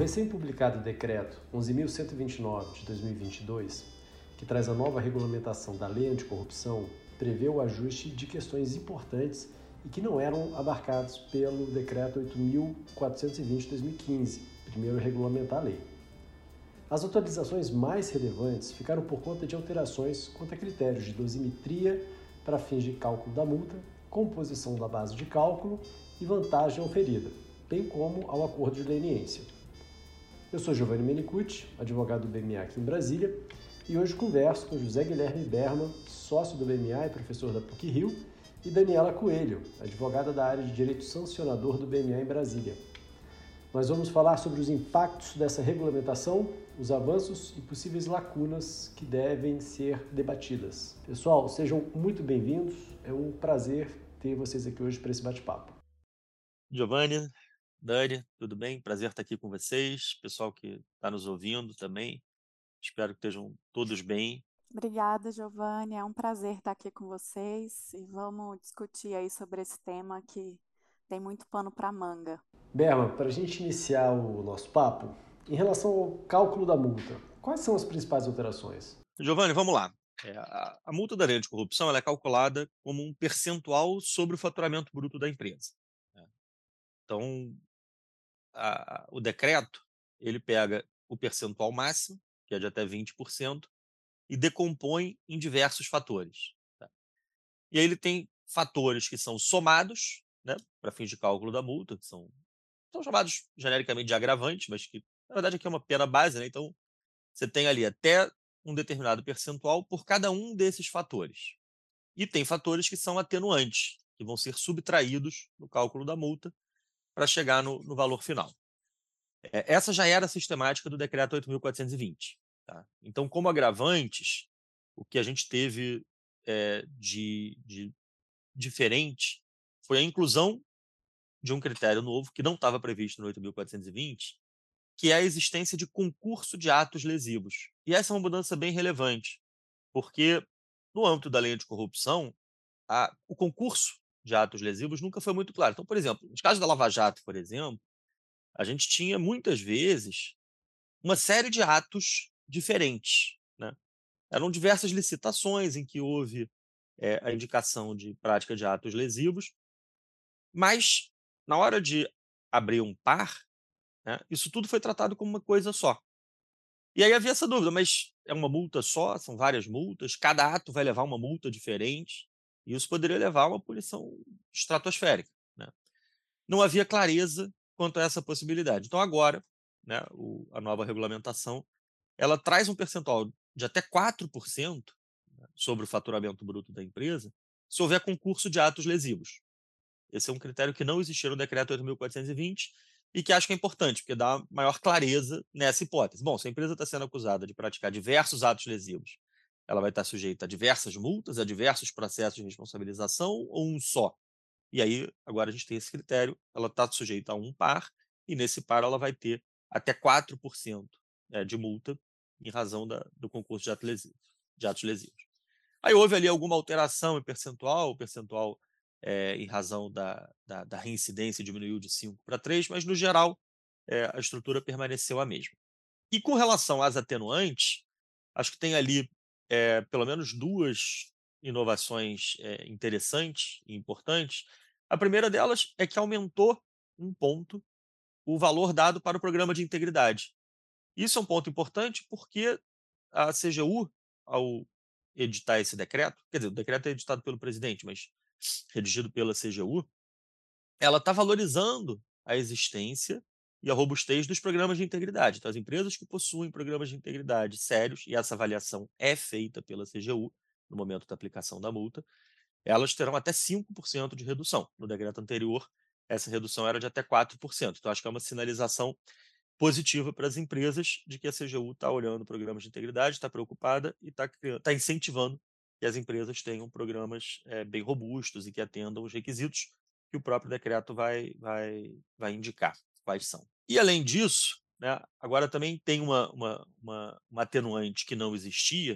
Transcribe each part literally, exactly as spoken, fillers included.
recém-publicado Decreto onze mil cento e vinte e nove de dois mil e vinte e dois, que traz a nova regulamentação da Lei Anticorrupção, prevê o ajuste de questões importantes e que não eram abarcados pelo Decreto oito mil quatrocentos e vinte de dois mil e quinze, primeiro a regulamentar a lei. As atualizações mais relevantes ficaram por conta de alterações quanto a critérios de dosimetria para fins de cálculo da multa, composição da base de cálculo e vantagem oferida, bem como ao acordo de leniência. Eu sou Giovanni Menicucci, advogado do B M A aqui em Brasília, e hoje converso com José Guilherme Berman, sócio do B M A e professor da PUC-Rio, e Daniela Coelho, advogada da área de Direito Sancionador do B M A em Brasília. Nós vamos falar sobre os impactos dessa regulamentação, os avanços e possíveis lacunas que devem ser debatidas. Pessoal, sejam muito bem-vindos. É um prazer ter vocês aqui hoje para esse bate-papo. Giovanni, Dani, tudo bem? Prazer estar aqui com vocês, pessoal que está nos ouvindo também. Espero que estejam todos bem. Obrigada, Giovanni. É um prazer estar aqui com vocês e vamos discutir aí sobre esse tema que tem muito pano para manga. Berman, para a gente iniciar o nosso papo, em relação ao cálculo da multa, quais são as principais alterações? Giovanni, vamos lá. É, a, a multa da lei de corrupção ela é calculada como um percentual sobre o faturamento bruto da empresa. Né? Então, a, o decreto ele pega o percentual máximo, que é de até vinte por cento, e decompõe em diversos fatores. Tá? E aí ele tem fatores que são somados, né, para fins de cálculo da multa, que são, são chamados genericamente de agravantes, mas que, na verdade, aqui é uma pena base, né? Então, você tem ali até um determinado percentual por cada um desses fatores. E tem fatores que são atenuantes, que vão ser subtraídos no cálculo da multa para chegar no, no valor final. É, essa já era a sistemática do Decreto oito mil quatrocentos e vinte. Tá? Então, como agravantes, o que a gente teve é, de, de diferente foi a inclusão de um critério novo que não estava previsto no oito mil quatrocentos e vinte, que é a existência de concurso de atos lesivos. E essa é uma mudança bem relevante, porque no âmbito da lei anticorrupção, a, o concurso de atos lesivos nunca foi muito claro. Então, por exemplo, nos casos da Lava Jato, por exemplo, a gente tinha muitas vezes uma série de atos diferentes. Né? Eram diversas licitações em que houve é, a indicação de prática de atos lesivos, mas na hora de abrir um par, né, isso tudo foi tratado como uma coisa só. E aí havia essa dúvida, mas é uma multa só? São várias multas? Cada ato vai levar uma multa diferente? E isso poderia levar a uma punição estratosférica. Né? Não havia clareza quanto a essa possibilidade. Então agora, né, o, a nova regulamentação, ela traz um percentual de até quatro por cento, né, sobre o faturamento bruto da empresa, se houver concurso de atos lesivos. Esse é um critério que não existia no Decreto oito mil quatrocentos e vinte e que acho que é importante, porque dá maior clareza nessa hipótese. Bom, se a empresa está sendo acusada de praticar diversos atos lesivos, ela vai estar sujeita a diversas multas, a diversos processos de responsabilização ou um só? E aí, agora a gente tem esse critério, ela está sujeita a um par, e nesse par ela vai ter até quatro por cento é, de multa em razão da, do concurso de atos lesivos. De atos lesivos. Aí houve ali alguma alteração em percentual, o percentual é, em razão da, da, da reincidência diminuiu de cinco para três, mas no geral é, a estrutura permaneceu a mesma. E com relação às atenuantes, acho que tem ali é, pelo menos duas inovações é, interessantes e importantes. A primeira delas é que aumentou um ponto o valor dado para o programa de integridade. Isso é um ponto importante porque a C G U, ao editar esse decreto, quer dizer, o decreto é editado pelo presidente, mas redigido pela C G U, ela está valorizando a existência e a robustez dos programas de integridade. Então, as empresas que possuem programas de integridade sérios, e essa avaliação é feita pela C G U no momento da aplicação da multa, elas terão até cinco por cento de redução. No decreto anterior, essa redução era de até quatro por cento. Então, acho que é uma sinalização positiva para as empresas de que a C G U está olhando programas de integridade, está preocupada e está tá incentivando que as empresas tenham programas é, bem robustos e que atendam os requisitos que o próprio decreto vai, vai, vai indicar quais são. E, além disso, né, agora também tem uma, uma, uma, uma atenuante que não existia,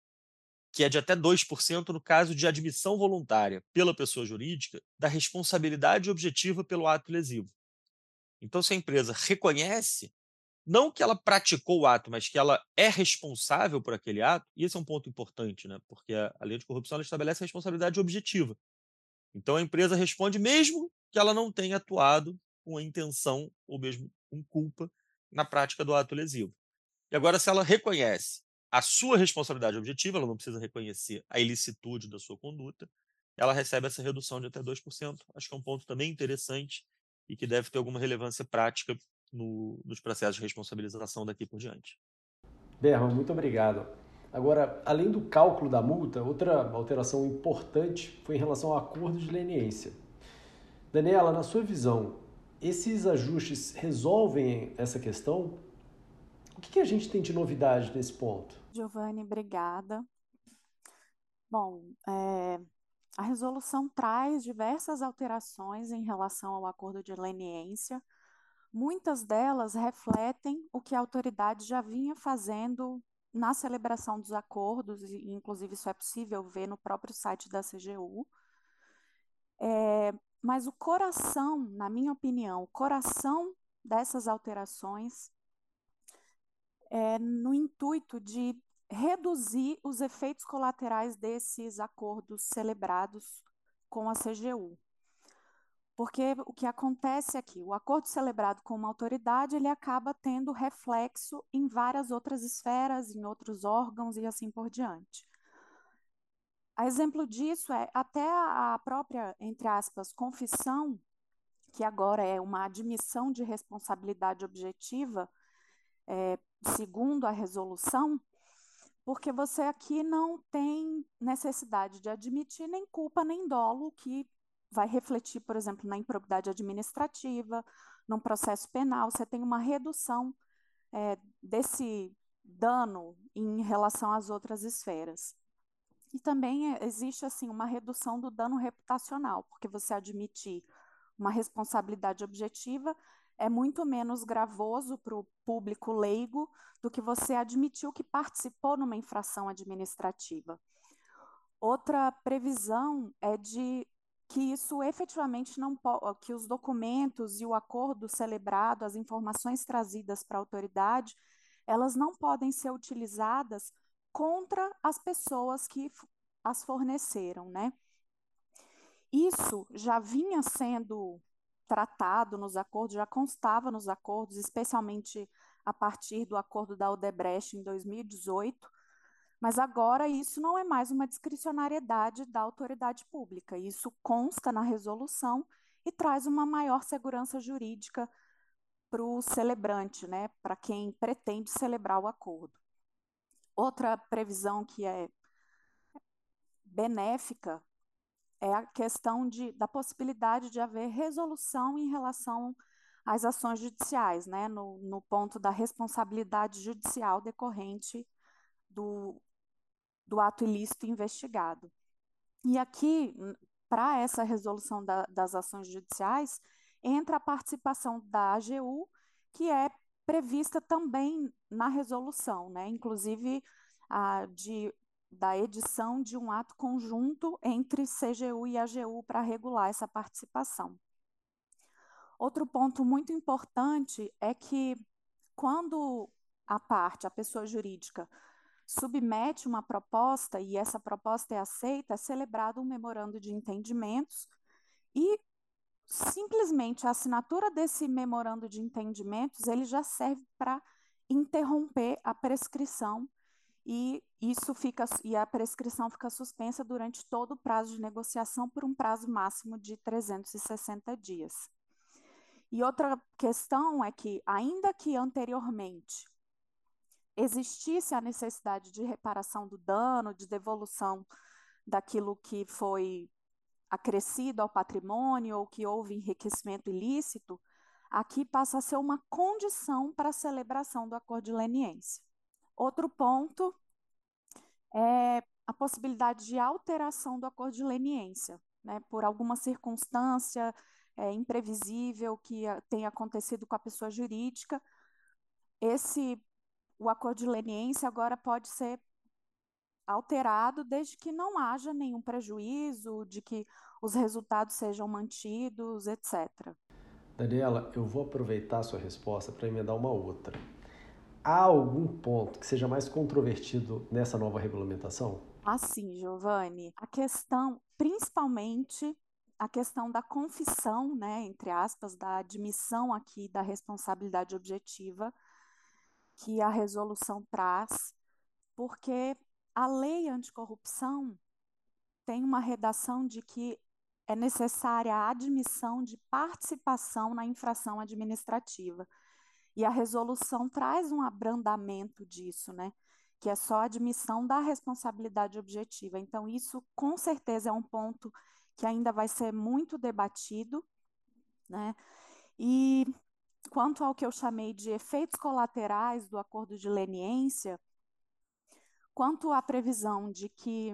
que é de até dois por cento no caso de admissão voluntária pela pessoa jurídica da responsabilidade objetiva pelo ato lesivo. Então, se a empresa reconhece não que ela praticou o ato, mas que ela é responsável por aquele ato, e esse é um ponto importante, né? Porque a, a lei anticorrupção ela estabelece a responsabilidade objetiva. Então a empresa responde mesmo que ela não tenha atuado com a intenção ou mesmo com culpa na prática do ato lesivo. E agora, se ela reconhece a sua responsabilidade objetiva, ela não precisa reconhecer a ilicitude da sua conduta, ela recebe essa redução de até dois por cento. Acho que é um ponto também interessante e que deve ter alguma relevância prática no, nos processos de responsabilização daqui por diante. Berman, muito obrigado. Agora, além do cálculo da multa, outra alteração importante foi em relação ao acordo de leniência. Daniela, na sua visão, esses ajustes resolvem essa questão? O que a gente tem de novidade nesse ponto? Giovanni, obrigada. Bom, é, a resolução traz diversas alterações em relação ao acordo de leniência. Muitas delas refletem o que a autoridade já vinha fazendo na celebração dos acordos, e inclusive isso é possível ver no próprio site da C G U. É, mas o coração, na minha opinião, o coração dessas alterações é no intuito de reduzir os efeitos colaterais desses acordos celebrados com a C G U. Porque o que acontece aqui, o acordo celebrado com uma autoridade, ele acaba tendo reflexo em várias outras esferas, em outros órgãos e assim por diante. A exemplo disso é até a própria, entre aspas, confissão, que agora é uma admissão de responsabilidade objetiva, é, segundo a resolução, porque você aqui não tem necessidade de admitir nem culpa nem dolo, que vai refletir, por exemplo, na improbidade administrativa, num processo penal, você tem uma redução é, desse dano em relação às outras esferas. E também existe assim uma redução do dano reputacional, porque você admitir uma responsabilidade objetiva é muito menos gravoso para o público leigo do que você admitiu que participou numa infração administrativa. Outra previsão é de que isso efetivamente não pode, que os documentos e o acordo celebrado, as informações trazidas para a autoridade, elas não podem ser utilizadas contra as pessoas que as forneceram, né? Isso já vinha sendo tratado nos acordos, já constava nos acordos, especialmente a partir do acordo da Odebrecht em dois mil e dezoito, mas agora isso não é mais uma discricionariedade da autoridade pública, isso consta na resolução e traz uma maior segurança jurídica para o celebrante, né, para quem pretende celebrar o acordo. Outra previsão que é benéfica é a questão de, da possibilidade de haver resolução em relação às ações judiciais, né, no, no ponto da responsabilidade judicial decorrente do, do ato ilícito investigado. E aqui, para essa resolução da, das ações judiciais, entra a participação da A G U, que é prevista também na resolução, né, inclusive a, de da edição de um ato conjunto entre C G U e A G U para regular essa participação. Outro ponto muito importante é que quando a parte, a pessoa jurídica, submete uma proposta e essa proposta é aceita, é celebrado um memorando de entendimentos e simplesmente a assinatura desse memorando de entendimentos, ele já serve para interromper a prescrição e isso fica e a prescrição fica suspensa durante todo o prazo de negociação por um prazo máximo de trezentos e sessenta dias. E outra questão é que, ainda que anteriormente existisse a necessidade de reparação do dano, de devolução daquilo que foi acrescido ao patrimônio ou que houve enriquecimento ilícito, aqui passa a ser uma condição para a celebração do acordo de leniência. Outro ponto é a possibilidade de alteração do acordo de leniência, né, por alguma circunstância é, imprevisível que tenha acontecido com a pessoa jurídica. Esse, o acordo de leniência agora pode ser alterado desde que não haja nenhum prejuízo, de que os resultados sejam mantidos, etcétera. Daniela, eu vou aproveitar a sua resposta para emendar uma outra. Há algum ponto que seja mais controvertido nessa nova regulamentação? Assim, Giovanni, a questão, principalmente a questão da confissão, né, entre aspas, da admissão aqui da responsabilidade objetiva que a resolução traz, porque a lei anticorrupção tem uma redação de que é necessária a admissão de participação na infração administrativa. E a resolução traz um abrandamento disso, né? Que é só a admissão da responsabilidade objetiva. Então, isso com certeza é um ponto que ainda vai ser muito debatido, né? E quanto ao que eu chamei de efeitos colaterais do acordo de leniência, quanto à previsão de que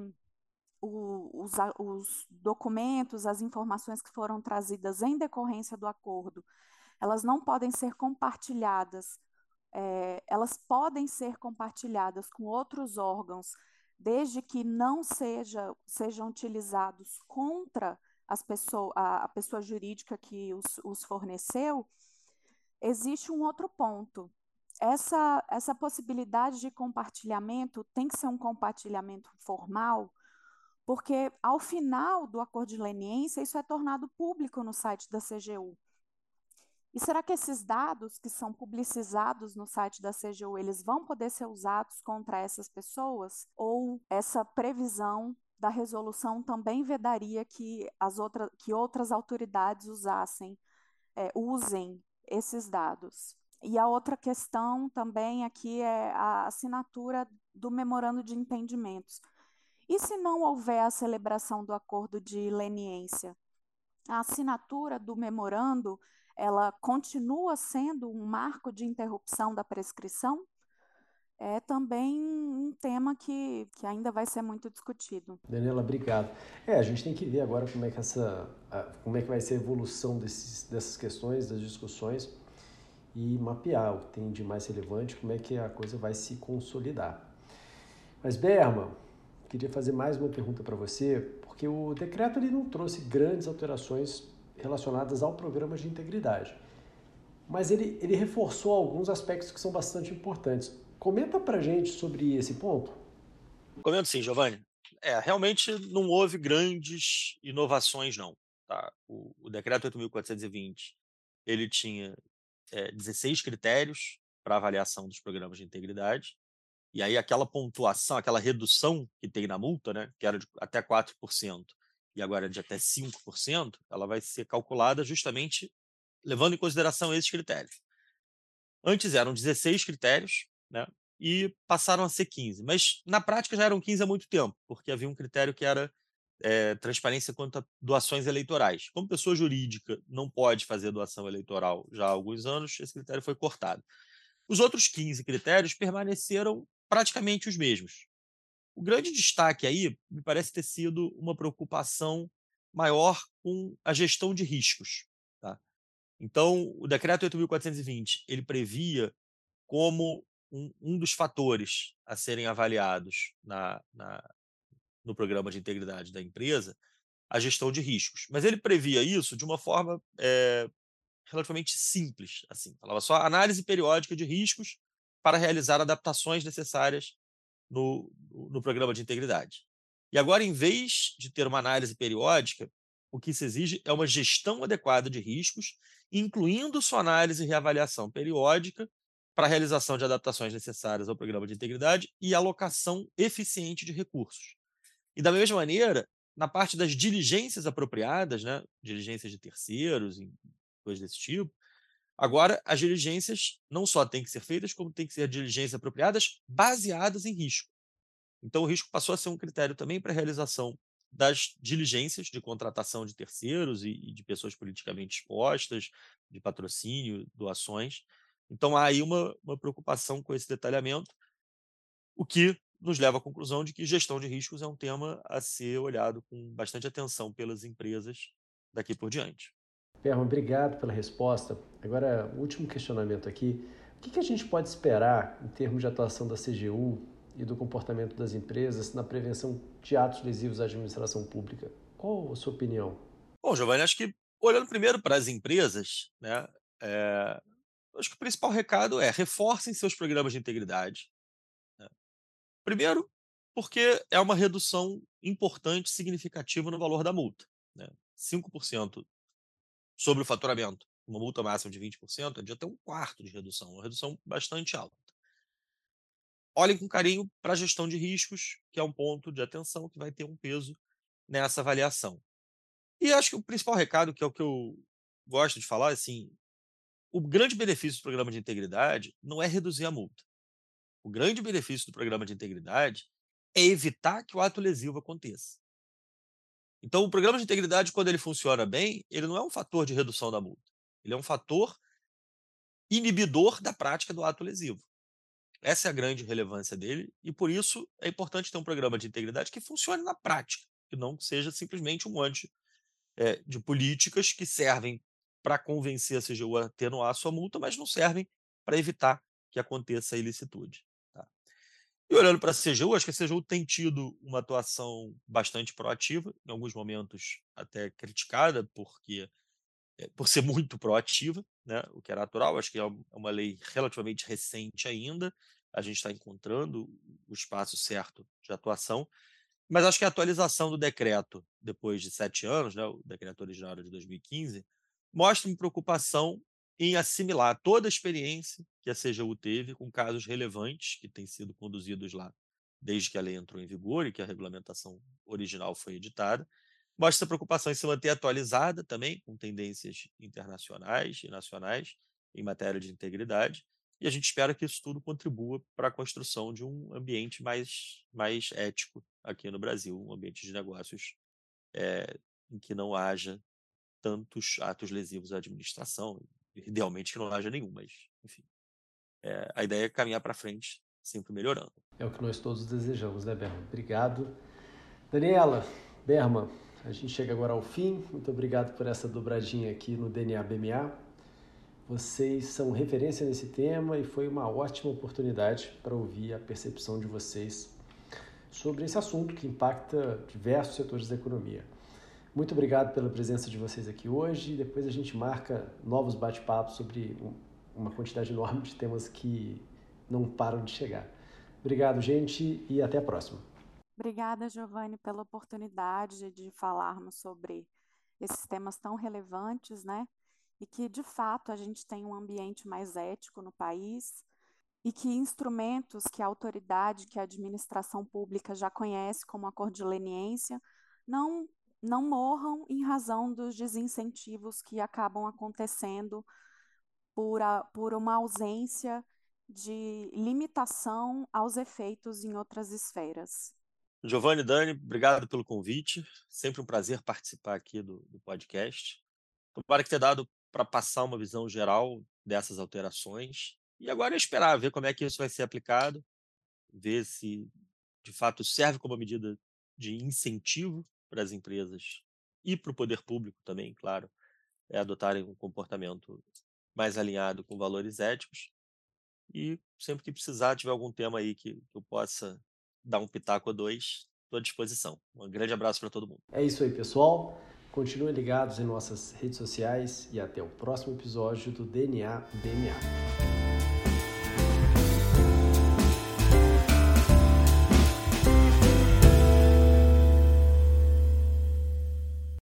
o, os, os documentos, as informações que foram trazidas em decorrência do acordo, elas não podem ser compartilhadas, é, elas podem ser compartilhadas com outros órgãos, desde que não seja, sejam utilizados contra as pessoa, a, a pessoa jurídica que os, os forneceu. Existe um outro ponto. Essa, essa possibilidade de compartilhamento tem que ser um compartilhamento formal, porque ao final do acordo de leniência, isso é tornado público no site da C G U. E será que esses dados que são publicizados no site da C G U, eles vão poder ser usados contra essas pessoas? Ou essa previsão da resolução também vedaria que, as outra, que outras autoridades usassem, é, usem esses dados? E a outra questão também aqui é a assinatura do memorando de entendimentos. E se não houver a celebração do acordo de leniência? A assinatura do memorando, ela continua sendo um marco de interrupção da prescrição? É também um tema que, que ainda vai ser muito discutido. Daniela, obrigado. É, a gente tem que ver agora como é que, essa, como é que vai ser a evolução desses, dessas questões, das discussões, e mapear o que tem de mais relevante, como é que a coisa vai se consolidar. Mas, Berman, queria fazer mais uma pergunta para você, porque o decreto ele não trouxe grandes alterações relacionadas ao programa de integridade, mas ele, ele reforçou alguns aspectos que são bastante importantes. Comenta para a gente sobre esse ponto. Comento sim, Giovanni. É, realmente não houve grandes inovações, não. Tá? O, o decreto oito mil quatrocentos e vinte, ele tinha é, dezesseis critérios para avaliação dos programas de integridade, e aí aquela pontuação, aquela redução que tem na multa, né, que era de até quatro por cento e agora é de até cinco por cento, ela vai ser calculada justamente levando em consideração esses critérios. Antes eram dezesseis critérios, né, e passaram a ser quinze, mas na prática já eram quinze há muito tempo, porque havia um critério que era é, transparência quanto a doações eleitorais. Como pessoa jurídica não pode fazer doação eleitoral já há alguns anos, esse critério foi cortado. Os outros quinze critérios permaneceram praticamente os mesmos. O grande destaque aí me parece ter sido uma preocupação maior com a gestão de riscos. Tá? Então, o decreto oito mil quatrocentos e vinte, ele previa como um, um dos fatores a serem avaliados na, na, no programa de integridade da empresa a gestão de riscos. Mas ele previa isso de uma forma é, relativamente simples. Assim. Falava só análise periódica de riscos para realizar adaptações necessárias no, no programa de integridade. E agora, em vez de ter uma análise periódica, o que se exige é uma gestão adequada de riscos, incluindo sua análise e reavaliação periódica para a realização de adaptações necessárias ao programa de integridade e alocação eficiente de recursos. E, da mesma maneira, na parte das diligências apropriadas, né, diligências de terceiros, coisas desse tipo, agora as diligências não só têm que ser feitas, como têm que ser diligências apropriadas baseadas em risco. Então, o risco passou a ser um critério também para a realização das diligências de contratação de terceiros e, e de pessoas politicamente expostas, de patrocínio, doações. Então, há aí uma, uma preocupação com esse detalhamento, o que nos leva à conclusão de que gestão de riscos é um tema a ser olhado com bastante atenção pelas empresas daqui por diante. Berman, obrigado pela resposta. Agora, o último questionamento aqui. O que a gente pode esperar em termos de atuação da C G U e do comportamento das empresas na prevenção de atos lesivos à administração pública? Qual a sua opinião? Bom, Giovanni, acho que Olhando primeiro para as empresas, né, é, acho que o principal recado é reforcem seus programas de integridade. Né? Primeiro, porque é uma redução importante, significativa no valor da multa. Né? cinco por cento sobre o faturamento, uma multa máxima de vinte por cento, é de até um quarto de redução, uma redução bastante alta. Olhem com carinho para a gestão de riscos, que é um ponto de atenção que vai ter um peso nessa avaliação. E acho que o principal recado, que é o que eu gosto de falar, assim, o grande benefício do programa de integridade não é reduzir a multa. O grande benefício do programa de integridade é evitar que o ato lesivo aconteça. Então, o programa de integridade, quando ele funciona bem, ele não é um fator de redução da multa. Ele é um fator inibidor da prática do ato lesivo. Essa é a grande relevância dele e, por isso, é importante ter um programa de integridade que funcione na prática, que não seja simplesmente um monte é, de políticas que servem para convencer a C G U a atenuar a sua multa, mas não servem para evitar que aconteça a ilicitude. Tá? E olhando para a C G U, acho que a C G U tem tido uma atuação bastante proativa, em alguns momentos até criticada, porque é, por ser muito proativa, né, o que é natural. Acho que é uma lei relativamente recente ainda, a gente está encontrando o espaço certo de atuação, mas acho que a atualização do decreto, depois de sete anos, né, o decreto originário de dois mil e quinze, mostra uma preocupação em assimilar toda a experiência que a C G U teve com casos relevantes que têm sido conduzidos lá desde que a lei entrou em vigor e que a regulamentação original foi editada. Mostra essa preocupação em se manter atualizada também, com tendências internacionais e nacionais em matéria de integridade, e a gente espera que isso tudo contribua para a construção de um ambiente mais, mais ético aqui no Brasil, um ambiente de negócios é, em que não haja tantos atos lesivos à administração, idealmente que não haja nenhum, mas, enfim. É, a ideia é caminhar para frente, sempre melhorando. É o que nós todos desejamos, né, Berma? Obrigado. Daniela, Berma, a gente chega agora ao fim. Muito obrigado por essa dobradinha aqui no D N A B M A. Vocês são referência nesse tema e foi uma ótima oportunidade para ouvir a percepção de vocês sobre esse assunto que impacta diversos setores da economia. Muito obrigado pela presença de vocês aqui hoje. Depois a gente marca novos bate-papos sobre uma quantidade enorme de temas que não param de chegar. Obrigado, gente, e até a próxima. Obrigada, Giovanni, pela oportunidade de falarmos sobre esses temas tão relevantes, né? E que, de fato, a gente tem um ambiente mais ético no país e que instrumentos que a autoridade, que a administração pública já conhece como acordo de leniência, não, não morram em razão dos desincentivos que acabam acontecendo por, a, por uma ausência de limitação aos efeitos em outras esferas. Giovanni, Dani, obrigado pelo convite. Sempre um prazer participar aqui do, do podcast. Tomara que tenha dado para passar uma visão geral dessas alterações. E agora é esperar, ver como é que isso vai ser aplicado, ver se, de fato, serve como medida de incentivo para as empresas e para o poder público também, claro, é adotarem um comportamento mais alinhado com valores éticos. E sempre que precisar, tiver algum tema aí que, que eu possa dar um pitaco ou dois, estou à disposição. Um grande abraço para todo mundo. É isso aí, pessoal. Continuem ligados em nossas redes sociais e até o próximo episódio do D N A B M A.